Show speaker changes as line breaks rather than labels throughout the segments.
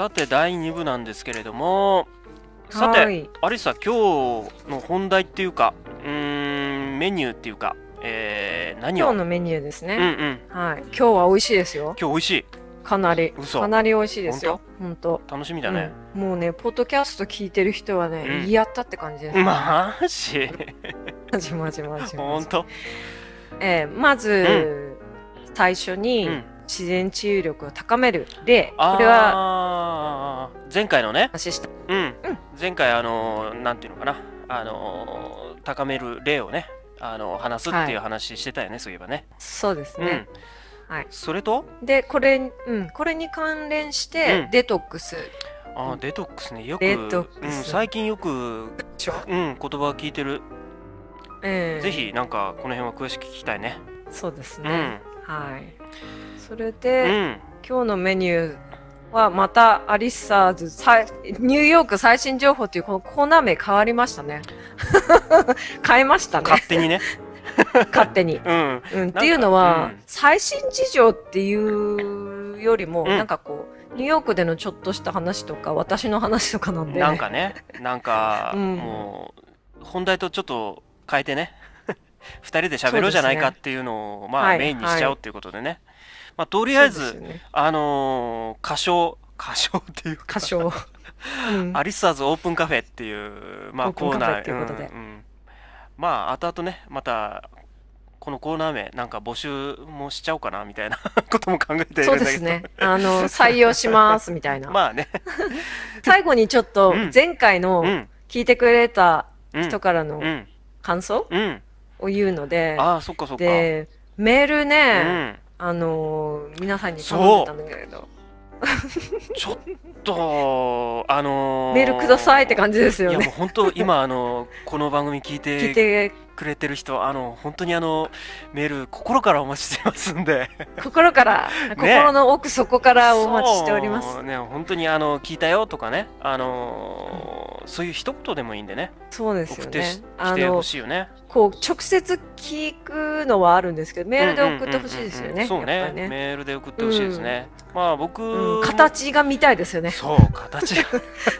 さて第2部なんですけれども、さてアリサ、今日の本題っていうかメニューっていうか、何を
今日のメニューですね。
はい、
今日は美味しいですよ。
今日美味しい。
かなり美味しいですよ。本当。
楽しみだね。
もうね、ポッドキャスト聞いてる人はね、やったって感じです。
マジ
マジ。
本当。
まず、最初に自然治癒力を高める例。これは
前回のね。前回なんていうのかな、高める例をね、話すっていう話してたよね、そういえばね。
そうですね。はい。
それと
でこれに関連してデトックス。
デトックスね。よく最近よく言葉を聞いてる。ぜひなんかこの辺は詳しく聞きたいね。
そうですね。はい。それで今日のメニューはまたアリッサーズニューヨーク最新情報っていうこのコーナー名変わりましたね。変えましたね。
勝手にね。
勝手に。っていうのは最新事情っていうよりもなんかこうニューヨークでのちょっとした話とか私の話とかなんで。
なんかね、もう本題とちょっと変えてね。2人で喋ろうじゃないかっていうのをメインにしちゃおうっていうことでね。とりあえず歌唱っていうかアリッサーズオープンカフェっていうコーナー、後々ね、またこのコーナー名なんか募集もしちゃおうかなみたいなことも考えているんだけど。そうです
ね。採用しますみたいな。
まあね。
最後にちょっと前回の聞いてくれた人からの感想を言うので、
そっかそっか。
でメールね、皆さんに頼んでたんだけど。
ちょっと
メールくださいって感じですよね。
いやもう本当今この番組聞いてくれてる人本当にメール心からお待ちしてますんで。
心の奥底からお待ちしております。
ね、本当に聞いたよとかね、そういう一言でもいいんでね。
そうですよね。
来てほしいよね。
こう直接聞くのはあるんですけど、メールで送ってほしいですよね。
そうね。メールで送ってほしいですね。僕
形が見たいですよね。
そう形が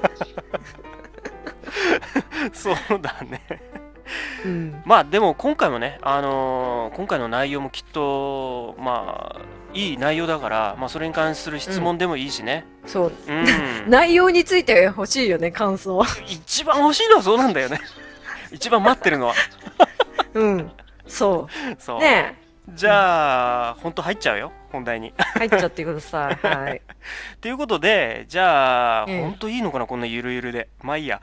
そうだね。でも今回もね、今回の内容もきっといい内容だから、それに関する質問でもいいしね。
そう。内容について欲しいよね、感想。
一番欲しいのはそうなんだよね。一番待ってるのは。
そう。ねえ。
じゃあ本当入っちゃうよ、本題に。
入っちゃってください。はい。
ということで、じゃあ本当いいのかな、こんなゆるゆるで。まあいいや。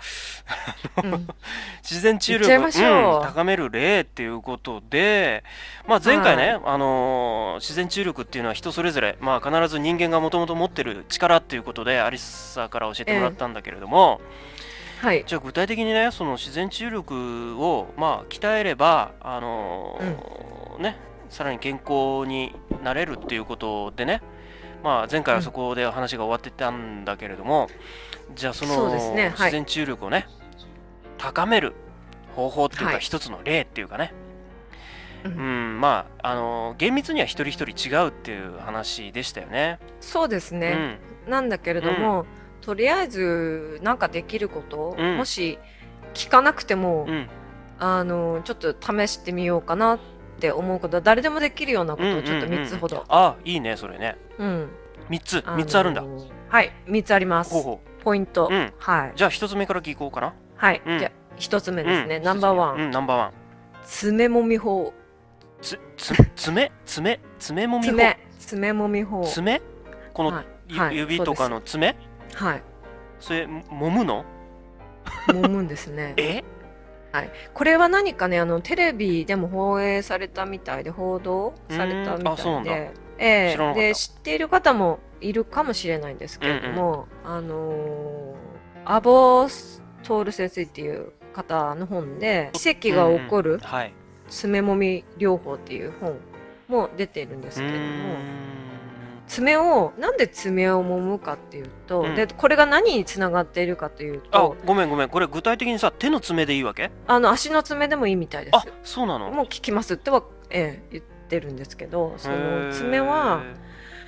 自然治癒力高める例っていうことで、前回ね、自然治癒力っていうのは人それぞれ、必ず人間がもともと持ってる力っていうことでアリッサから教えてもらったんだけれども、じゃあ具体的にね、その自然治癒力を鍛えればね、さらに健康になれるっていうことでね、前回はそこで話が終わってたんだけれども、じゃあその自然治癒力をね、高める方法っていうか一つの例っていうかね、厳密には一人一人違うっていう話でしたよね。
そうですね。なんだけれども、とりあえずなんかできること、もし聞かなくても、ちょっと試してみようかなって思うことは誰でもできるようなことをちょっと3つほど。
いいねそれね。3つあるんだ。
はい、3つあります。ポイント。はい。
じゃあ1つ目から聞こうかな。
はい。じゃあ1つ目ですね。ナンバー1。
ナンバーワン。
爪もみ法。
爪もみ法。
爪もみ法。
爪？この指とかの爪？
はい。
それ揉むの？
揉むんですね。はい、これは何かね、テレビでも放映されたみたいで、報道されたみたいで、で知っている方もいるかもしれないんですけれども、アボストール先生っていう方の本で奇跡が起こる爪もみ療法っていう本も出ているんですけれども、なんで爪を揉むかっていうと、でこれが何につながっているかというと、
ごめん、これ具体的にさ、手の爪でいいわけ？
足の爪でもいいみたいです。
そうなの？
もう聞きますっては、言ってるんですけど、その爪は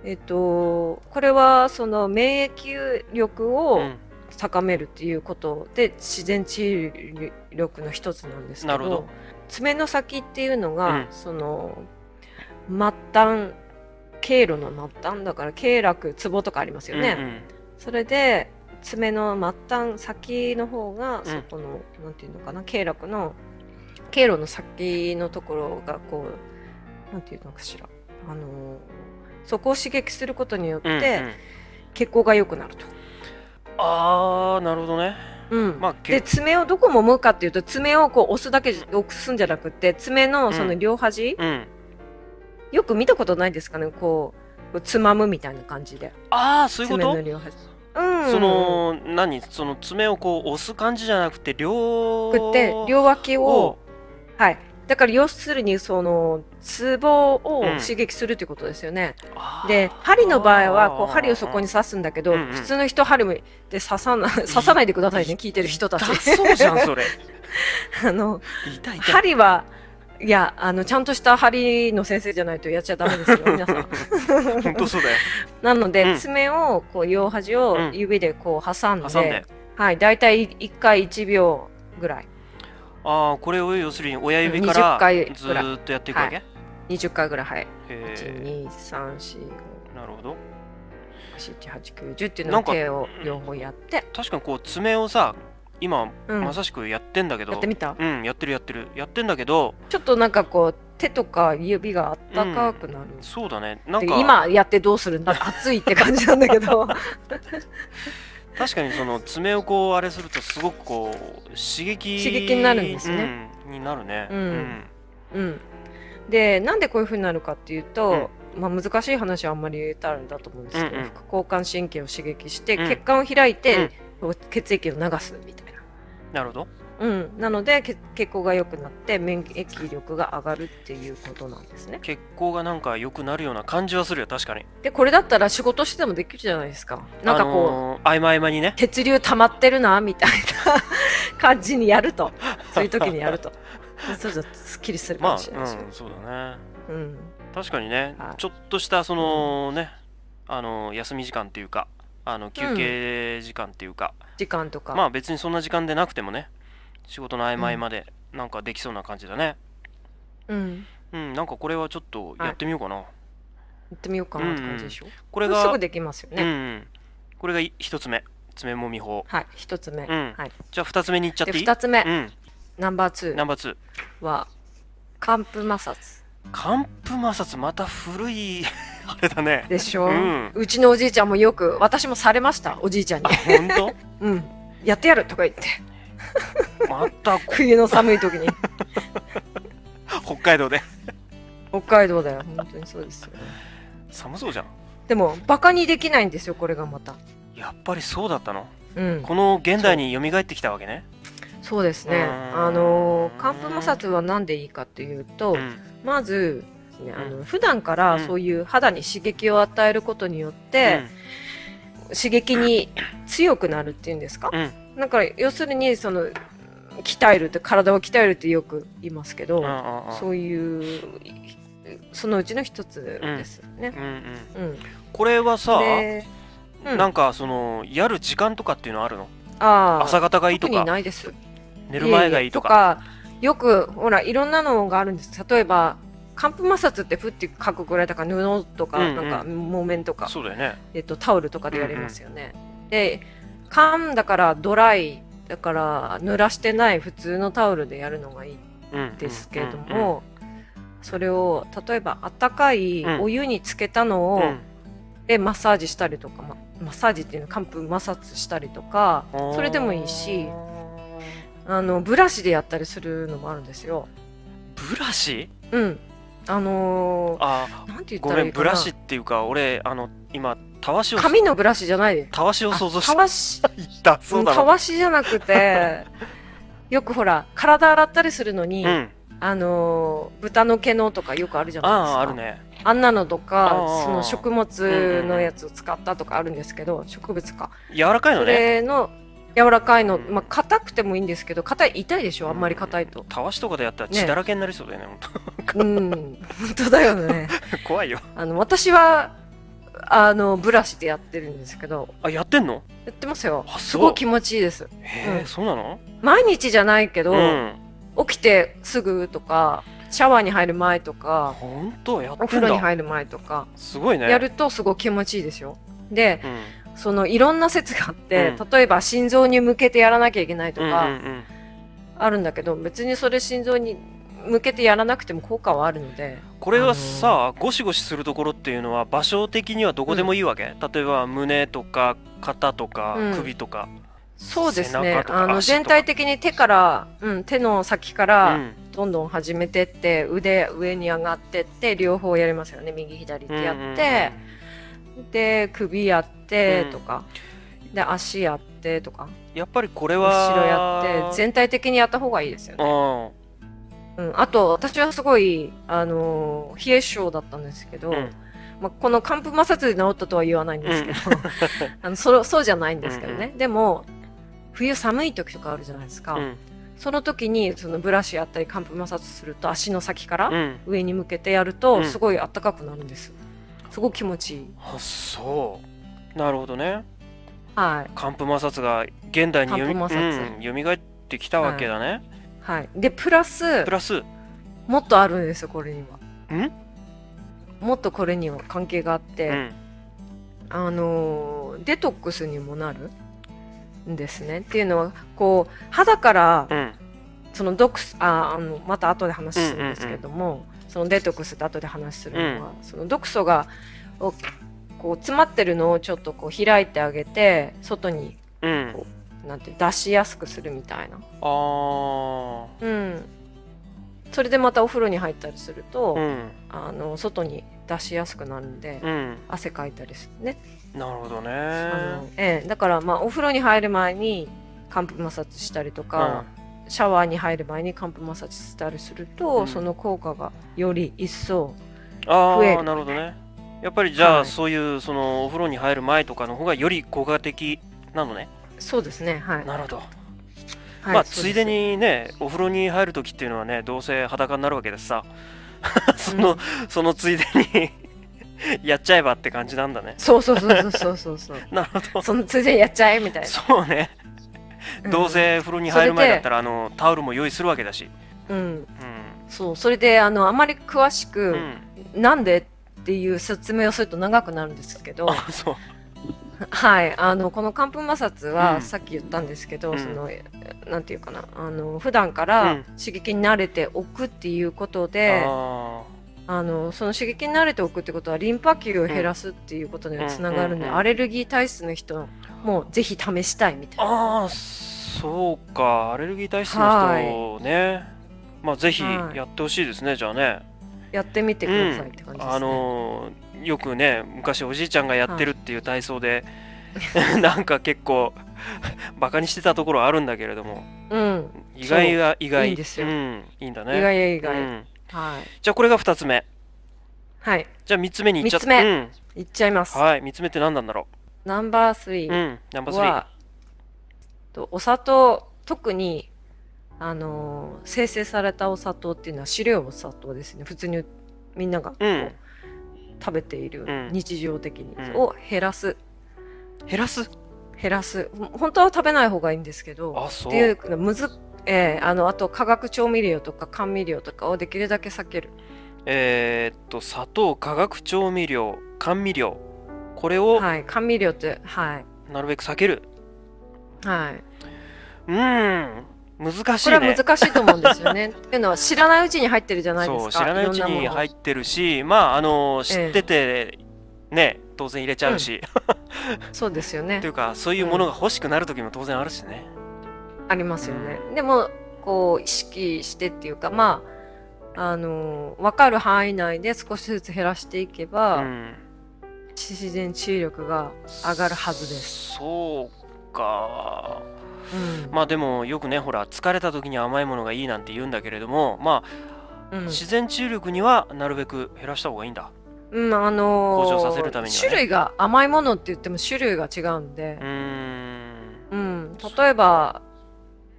これはその免疫力を高めるっていうことで自然治癒力の一つなんですけど、
なるほど。
爪の先っていうのが、その末端、経路の末端だから経絡、ツボとかありますよね。それで爪の末端先の方が、そこのなんていうのかな、経絡の経路の先のところがこうなんていうのかしら、そこを刺激することによって、血行が良くなると。
ああ、なるほどね。
で爪をどこも揉むかっていうと、爪をこう押すだけ押すんじゃなくて、爪のその両端、よく見たことないですかね、こうつまむみたいな感じで。
ああ、そういうこと？
爪の両端。
その爪をこう押す感じじゃなくて両
脇を、はい。だから要するにそのツボを刺激するということですよね。で針の場合はこう針をそこに刺すんだけど、普通の人針で刺さないでくださいね、聞いてる人たち。
そうじゃんそれ。
針はいやちゃんとした針の先生じゃないとやっちゃダメですよ皆さん。
本当そうだよ。
なので、爪をこう両端を指でこう挟んで、はい、だいたい1回1秒ぐらい。
ああ、これを要するに親指からずーっとやっていくわけ
？20回ぐらい、はい。1、2、3、4、5。
なるほど。
7、8、9、10っていうのを手を両方やって。
確かにこう爪をさ、今まさしくやってんだけど。
やってみた？
やってる。やってんだけど。
ちょっとなんかこう手とか指があったかくなる。
そうだね。なんか
今やってどうするんだ？熱いって感じなんだけど。
確かにその爪をこうあれするとすごくこう刺激
になるんですね。
になるね。
でなんでこういう風になるかっていうと、難しい話はあんまり言えたらあれだと思うんですけど、副交感神経を刺激して血管を開いて血液を流すみたいな。
なるほど。
なので血行が良くなって免疫力が上がるっていうことなんですね。
血行がなんか良くなるような感じはするよ、確かに。
でこれだったら仕事してもできるじゃないですか。なんかこ
う、合間にね、
血流溜まってるなみたいな感じにやると、そういう時にやるとそうするとすっきりするかもしれないですよ。
そうだね。確かにね、ちょっとしたそのね、休み時間っていうか、休憩時間っていうか、
時間とか、
まあ別にそんな時間でなくてもね、仕事の合間までなんかできそうな感じだね。なんかこれはちょっとやってみようかな。や
ってみようかなって感じでしょ。
これが
すぐできますよね。
これが一つ目、爪もみ法。
はい、一つ目。
じゃあ二つ目にいっちゃっていい？
二つ目、ナンバー
2
は寒風摩擦。
寒風摩擦、また古いあれだね。
でしょ。うちのおじいちゃんもよく、私もされました、おじいちゃんに。
本当？
やってやるとか言って。
また
冬の寒い時に。
北海道で。
北海道だよ、本当にそうですよ。
寒そうじゃん。
でもバカにできないんですよ、これがまた。
やっぱりそうだったの。この現代に蘇ってきたわけね。
そうですね。寒風摩擦は何でいいかっていうと、まず普段からそういう肌に刺激を与えることによって、刺激に強くなるっていうんですか。だから要するにその鍛えるって、体を鍛えるってよく言いますけど、そういうそのうちの一つですね。
これはさ、なんかそのやる時間とかっていうのあるの？朝方がいいとか？
特にないです。
寝る前がいいとか。
よくほらいろんなのがあるんです。例えば寒風摩擦ってふって書くぐらいだから布とかなんか木綿とか、
そうだよね。
タオルとかでやりますよね。で寒だからドライだから濡らしてない普通のタオルでやるのがいいんですけれども、それを例えばあったかいお湯につけたのを、でマッサージしたりとか、マッサージっていうのは寒風摩擦したりとか、それでもいいし、ブラシでやったりするのもあるんですよ。
ブラシ？
なんて言ったらいいかな。
ブラシっていうか、俺今たわしを、
紙のブラシじゃないで、
たわしを想像した。
たわしじゃなくてよくほら体洗ったりするのに、豚の毛のとかよくあるじゃないですか。
あるね。
あんなのとか、その食物のやつを使ったとかあるんですけど、植物か。
柔らかいのね。
それの柔らかいの、硬くてもいいんですけど、硬い、痛いでしょ、あんまり硬いと。
たわしとかでやったら血だらけになりそうだよね、
本当だよね。
怖いよ。
私はブラシでやってるんですけど。
あ、やってんの？
やってますよ。すごい気持ちいいです。
そうなの？
毎日じゃないけど、起きてすぐとか、シャワーに入る前とか、
本当やってんだ。
お風呂に入る前とか、
すごいね。
やるとすごい気持ちいいですよ。で、そのいろんな説があって、例えば心臓に向けてやらなきゃいけないとか、あるんだけど、別にそれ心臓に向けてやらなくても効果はあるので。
これはさ、ゴシゴシするところっていうのは場所的にはどこでもいいわけ？例えば胸とか肩とか首とか。
そうですね。全体的に手から、手の先からどんどん始めてって、腕上に上がってって、両方やりますよね。右左ってやって、で、首やってとか、で、足やってとか。
やっぱりこれは
後ろやって、全体的にやった方がいいですよね。あと、私はすごい、冷え性だったんですけど、この寒風摩擦で治ったとは言わないんですけど、そうじゃないんですけどね。でも、冬寒い時とかあるじゃないですか。その時にそのブラシやったり寒風摩擦すると足の先から上に向けてやるとすごい暖かくなるんです。すごく気持ちいい。
あ、そう。なるほどね。
はい。
寒風摩擦が現代に蘇ってきたわけだね。
はい。で、プラス、もっとあるんですよ、これには。もっとこれには関係があって、デトックスにもなるんですね。っていうのは、こう、肌から、そのまた後で話するんですけども、そのデトックスって後で話するのは、その毒素が、こう、詰まってるのをちょっとこう開いてあげて、外に、こう、なんて出しやすくするみたいな。それでまたお風呂に入ったりすると、外に出しやすくなるんで、汗かいたりするね。
なるほどね。
だからまあお風呂に入る前に寒風摩擦したりとか、シャワーに入る前に寒風摩擦したりすると、その効果がより一層増える。
なるほどね。やっぱりじゃあ、そういうそのお風呂に入る前とかの方がより効果的なのね。
そうですね。はい。
なるほど。まあついでにね、お風呂に入る時っていうのはね、どうせ裸になるわけですさ。そのついでにやっちゃえばって感じなんだね。
そう。
なるほど。
そのついでにやっちゃえみたいな。
そうね。どうせ風呂に入る前だったらタオルも用意するわけだし。
そう、それであまり詳しく、なんでっていう説明をすると長くなるんですけど。
そう。
はい、この寒風摩擦はさっき言ったんですけど、そのなんていうかな、普段から刺激に慣れておくっていうことで、その刺激に慣れておくってことはリンパ球を減らすっていうことにはつながるんで、アレルギー体質の人もぜひ試したいみたいな。
そうか、アレルギー体質の人ね、まあぜひやってほしいですね、じゃあね。
やってみてくださいって感じですね。
よくね、昔おじいちゃんがやってるっていう体操で、なんか結構バカにしてたところあるんだけれども、意外が意外。
いいんですよ。
いいんだね。
意外。はい。
じゃあこれが2つ目。
はい。
じゃあ3つ目にいっちゃった。
いっちゃいます。
はい、3つ目って何なんだろ
う。ナンバー3は、お砂糖、特に生成されたお砂糖っていうのは飼料お砂糖ですね。普通にみんなが食べている、日常的に、を減らす。本当は食べない方がいいんですけど、っていうあと化学調味料とか甘味料とかをできるだけ避ける。
砂糖、化学調味料、甘味料、これを、
甘味料って、
なるべく避ける。難しいね。
これは難しいと思うんですよね。っていうのは知らないうちに入ってるじゃないですか。
知らないうちに入ってるし、まあ知っててね、当然入れちゃうし。
そうですよね。
というかそういうものが欲しくなる時も当然あるしね。
ありますよね。でもこう意識してっていうか、まあ分かる範囲内で少しずつ減らしていけば、自然治癒力が上がるはずです。
そうか。まあでもよくね、ほら疲れた時に甘いものがいいなんて言うんだけれども、まあ、自然治癒力にはなるべく減らした方がいいんだ。向上させるためにはね。
種類が甘いものって言っても種類が違うんで、例えば、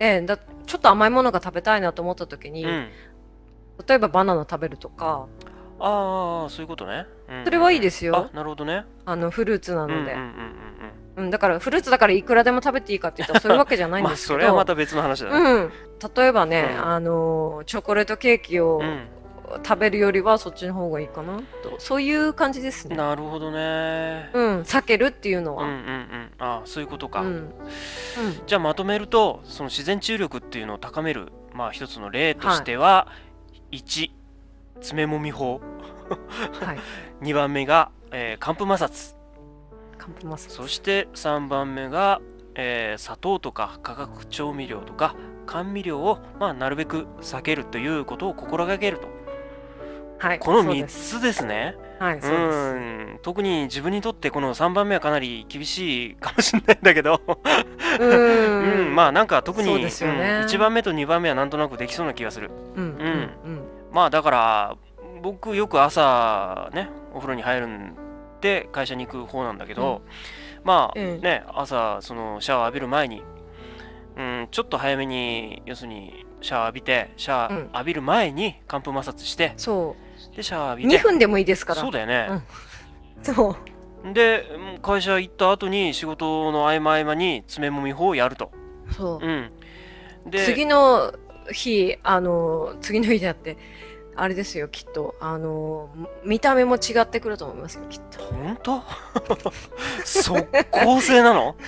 ちょっと甘いものが食べたいなと思った時に、例えばバナナ食べるとか、
ああ、そういうことね。
それはいいですよ。
なるほどね。
フルーツなので。だからフルーツだからいくらでも食べていいかって言ったらそういうわけじゃないんですけど。
それはまた別の話だね。
例えばね、チョコレートケーキを食べるよりはそっちの方がいいかなと、そういう感じですね。
なるほどね。
避けるっていうのは。
そういうことか。じゃあまとめると、その自然治癒力っていうのを高める、一つの例としては、1、爪もみ法。2番目が、乾布摩擦。そして3番目が、砂糖とか化学調味料とか甘味料を、なるべく避けるということを心がけると。この3つですね。特に自分にとってこの3番目はかなり厳しいかもしれないんだけどなんか特に1番目と2番目はなんとなくできそうな気がする。だから僕よく朝ねお風呂に入るんで会社に行く方なんだけど、朝そのシャワー浴びる前に、ちょっと早めに要するにシャワー浴びて浴びる前に乾布摩擦して、でシャワー浴びて
2分でもいいですから。
そうだよね。で会社行った後に仕事の合間に爪もみ法をやると。
で次の日であってあれですよ、きっと見た目も違ってくると思いますよ、きっと。
本当？即効性なの？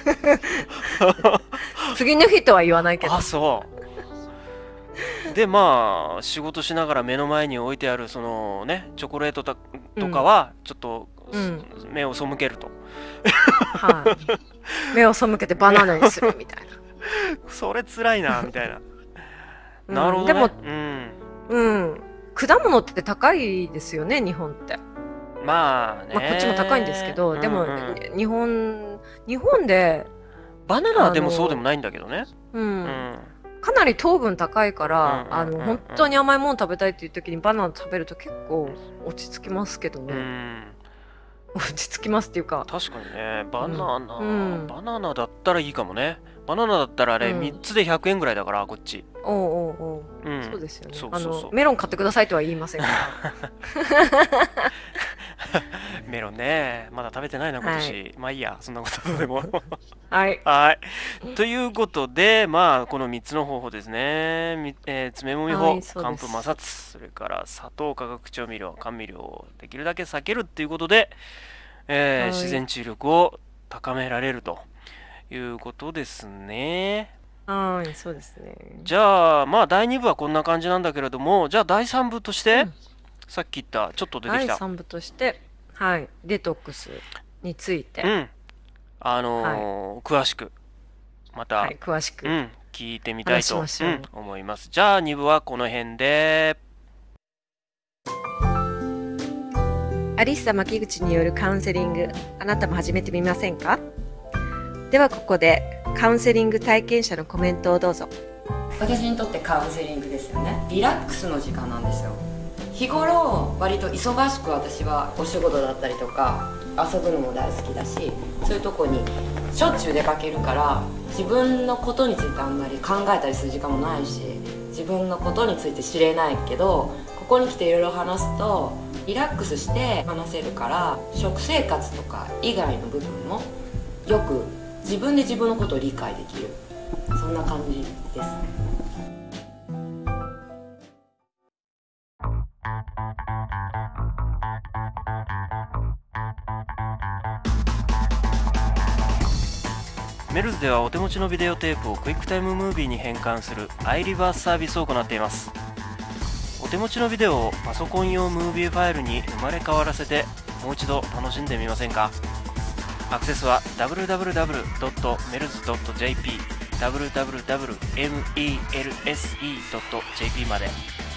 次の日とは言わないけど。
そうで仕事しながら目の前に置いてあるそのねチョコレートとかはちょっと、目を背けると。
目を背けてバナナにするみたいな。
それ辛いなみたいな。なるほどね。
でも果物って高いですよね、日本って。こっちも高いんですけど、でも日本で
バナナはでもそうでもないんだけどね。
かなり糖分高いから本当に甘いもの食べたいっていう時にバナナ食べると結構落ち着きますけどね。落ち着きますっていうか。
確かにね、バナナだったらいいかもね。バナナだったらあれ3つで100円ぐらいだからこっち。
そうですよね。メロン買ってくださいとは言いませんから。
メロンね、まだ食べてないな今年。まあいいや、そんなことでも。
はい。
ということでこの3つの方法ですね。爪もみ法、乾布摩擦、それから砂糖、化学調味料、甘味料をできるだけ避けるっていうことで、自然治癒力を高められるということですね。
そうですね。
じゃあ第2部はこんな感じなんだけれども、じゃあ第3部として、さっき言ったちょっと出てきた
第3部としてデトックスについて
詳しくまた
詳しく
聞いてみたいと思います。じゃあ2部はこの辺で。
アリッサ牧口によるカウンセリング、あなたも始めてみませんか？ではここでカウンセリング体験者のコメントをどうぞ。
私にとってカウンセリングですよね。リラックスの時間なんですよ。日頃割と忙しく私はお仕事だったりとか遊ぶのも大好きだし、そういうとこにしょっちゅう出かけるから自分のことについてあんまり考えたりする時間もないし、自分のことについて知れないけど、ここに来ていろいろ話すとリラックスして話せるから、食生活とか以外の部分もよく自分で自分のことを理解できる、そんな感じです。
メルズではお手持ちのビデオテープをクイックタイムムービーに変換するアイリバースサービスを行っています。お手持ちのビデオをパソコン用ムービーファイルに生まれ変わらせてもう一度楽しんでみませんか？アクセスは www.mels.jp www.melse.jp まで。